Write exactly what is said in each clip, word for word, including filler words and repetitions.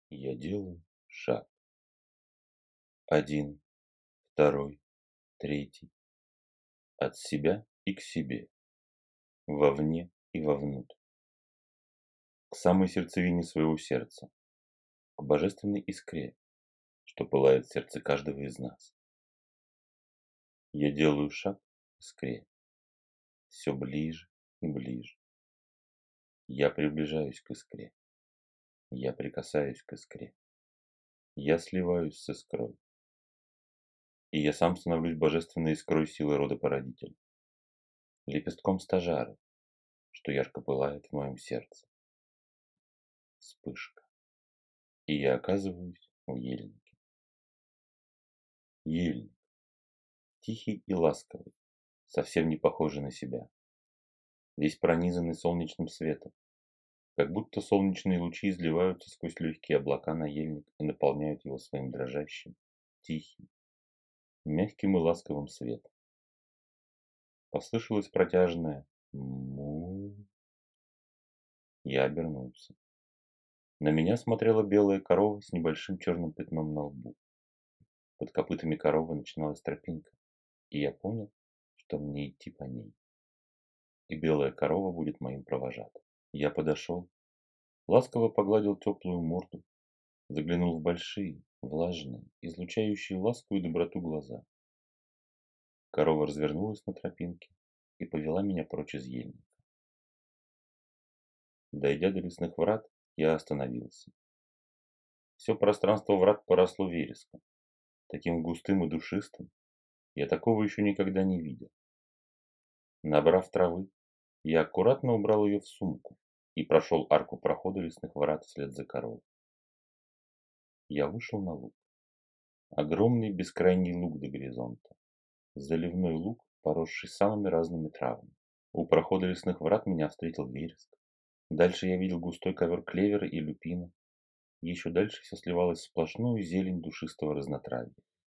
Я делаю шаг. Один, второй, третий. От себя и к себе. Вовне и вовнутрь. К самой сердцевине своего сердца. К божественной искре, что пылает в сердце каждого из нас. Я делаю шаг к искре. Все ближе и ближе. Я приближаюсь к искре. Я прикасаюсь к искре. Я сливаюсь с искрой. И я сам становлюсь божественной искрой силы рода породителя. Лепестком стажара, что ярко пылает в моем сердце. Вспышка. И я оказываюсь в ельнике. Ельник. Тихий и ласковый, совсем не похожий на себя. Весь пронизанный солнечным светом. Как будто солнечные лучи изливаются сквозь легкие облака на ельник и наполняют его своим дрожащим, тихим, мягким и ласковым светом. Послышалось протяжное «му». Я обернулся. На меня смотрела белая корова с небольшим черным пятном на лбу. Под копытами коровы начиналась тропинка, и я понял, что мне идти по ней. И белая корова будет моим провожатым. Я подошел, ласково погладил теплую морду, заглянул в большие, влажные, излучающие ласку и доброту глаза. Корова развернулась на тропинке и повела меня прочь из ельника. Дойдя до лесных врат, я остановился. Все пространство врат поросло вереском, таким густым и душистым, я такого еще никогда не видел. Набрав травы, я аккуратно убрал ее в сумку и прошел арку прохода лесных врат вслед за коровой. Я вышел на луг. Огромный бескрайний луг до горизонта. Заливной луг, поросший самыми разными травами. У прохода лесных врат меня встретил вереск. Дальше я видел густой ковер клевера и люпина. Еще дальше все сливалось в сплошную зелень душистого разнотравья.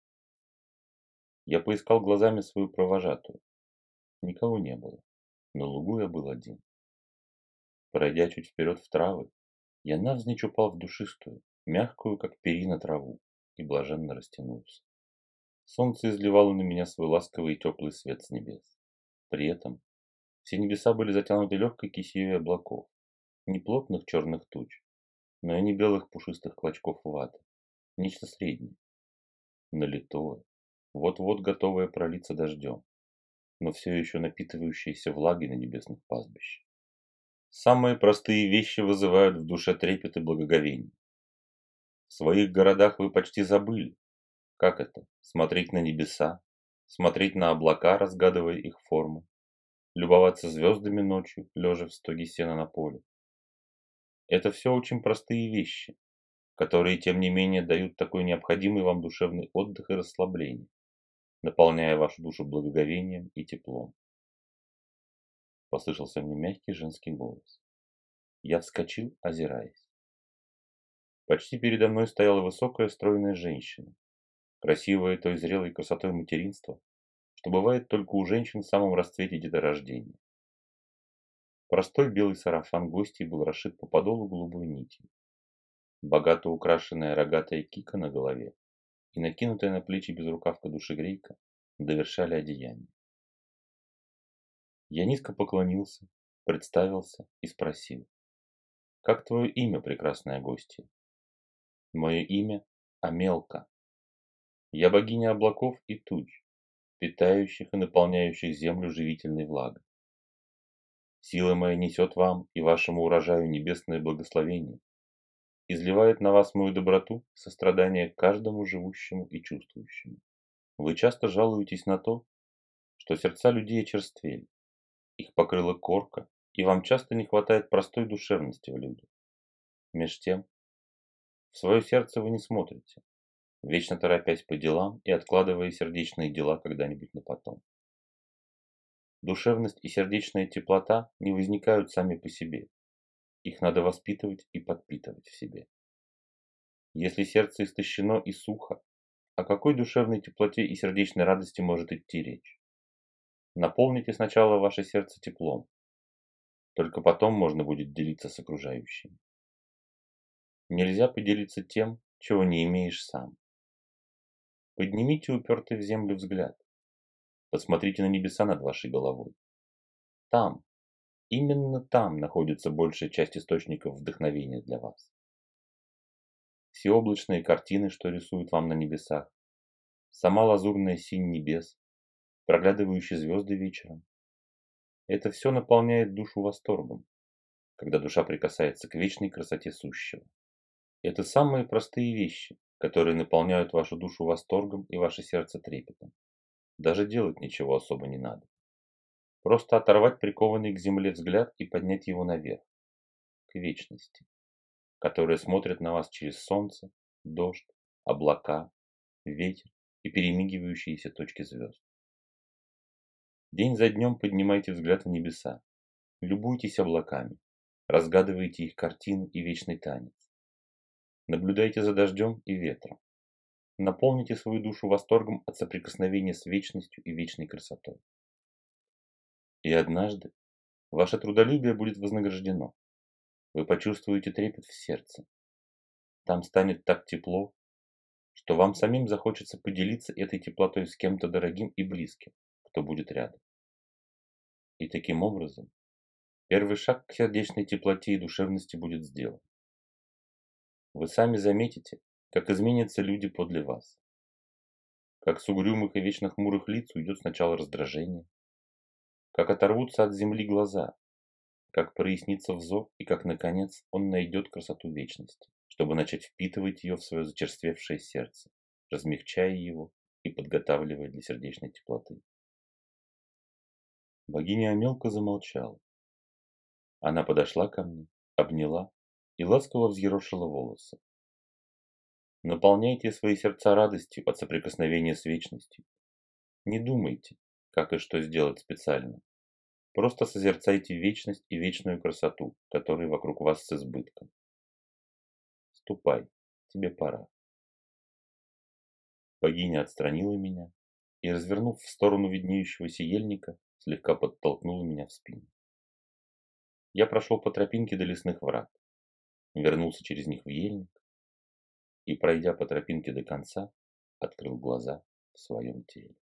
Я поискал глазами свою провожатую. Никого не было. На лугу я был один. Пройдя чуть вперед в травы, я навзничь упал в душистую, мягкую, как перина, траву и блаженно растянулся. Солнце изливало на меня свой ласковый и теплый свет с небес. При этом все небеса были затянуты легкой кисеей облаков, не плотных черных туч, но и не белых пушистых клочков ваты, нечто среднее, налитое, вот-вот готовое пролиться дождем, но все еще напитывающееся влагой на небесных пастбищах. Самые простые вещи вызывают в душе трепет и благоговение. В своих городах вы почти забыли, как это – смотреть на небеса, смотреть на облака, разгадывая их формы, любоваться звездами ночью, лежа в стоге сена на поле. Это все очень простые вещи, которые, тем не менее, дают такой необходимый вам душевный отдых и расслабление, наполняя вашу душу благоговением и теплом. Послышался мне мягкий женский голос. Я вскочил, озираясь. Почти передо мной стояла высокая стройная женщина, красивая той зрелой красотой материнства, что бывает только у женщин в самом расцвете деторождения. Простой белый сарафан гостей был расшит по подолу голубой нитью. Богато украшенная рогатая кика на голове и накинутая на плечи безрукавка душегрейка довершали одеяние. Я низко поклонился, представился и спросил: «Как твое имя, прекрасная гостья?» «Мое имя Амелка. Я богиня облаков и туч, питающих и наполняющих землю живительной влагой. Сила моя несет вам и вашему урожаю небесное благословение, изливает на вас мою доброту, сострадание к каждому живущему и чувствующему. Вы часто жалуетесь на то, что сердца людей очерствели, их покрыла корка, и вам часто не хватает простой душевности в людях. Меж тем, в свое сердце вы не смотрите, вечно торопясь по делам и откладывая сердечные дела когда-нибудь на потом. Душевность и сердечная теплота не возникают сами по себе. Их надо воспитывать и подпитывать в себе. Если сердце истощено и сухо, о какой душевной теплоте и сердечной радости может идти речь? Наполните сначала ваше сердце теплом, только потом можно будет делиться с окружающими. Нельзя поделиться тем, чего не имеешь сам. Поднимите упертый в землю взгляд. Посмотрите на небеса над вашей головой. Там, именно там находится большая часть источников вдохновения для вас. Все облачные картины, что рисуют вам на небесах, сама лазурная синь небес, проглядывающие звезды вечером. Это все наполняет душу восторгом, когда душа прикасается к вечной красоте сущего. Это самые простые вещи, которые наполняют вашу душу восторгом и ваше сердце трепетом. Даже делать ничего особо не надо. Просто оторвать прикованный к земле взгляд и поднять его наверх, к вечности, которая смотрит на вас через солнце, дождь, облака, ветер и перемигивающиеся точки звезд. День за днем поднимайте взгляд в небеса, любуйтесь облаками, разгадывайте их картины и вечный танец. Наблюдайте за дождем и ветром. Наполните свою душу восторгом от соприкосновения с вечностью и вечной красотой. И однажды ваше трудолюбие будет вознаграждено. Вы почувствуете трепет в сердце. Там станет так тепло, что вам самим захочется поделиться этой теплотой с кем-то дорогим и близким, кто будет рядом. И таким образом первый шаг к сердечной теплоте и душевности будет сделан. Вы сами заметите, как изменятся люди подле вас. Как с угрюмых и вечно хмурых лиц уйдет сначала раздражение, как оторвутся от земли глаза, как прояснится взор и как, наконец, он найдет красоту вечности, чтобы начать впитывать ее в свое зачерствевшее сердце, размягчая его и подготавливая для сердечной теплоты. Богиня Амелка замолчала. Она подошла ко мне, обняла и ласково взъерошила волосы. Наполняйте свои сердца радостью от соприкосновения с вечностью. Не думайте, как и что сделать специально. Просто созерцайте вечность и вечную красоту, которые вокруг вас с избытком. Ступай, тебе пора. Богиня отстранила меня и, развернув в сторону виднеющегося ельника, слегка подтолкнула меня в спину. Я прошел по тропинке до лесных врат, вернулся через них в ельник и, пройдя по тропинке до конца, открыл глаза в своем теле.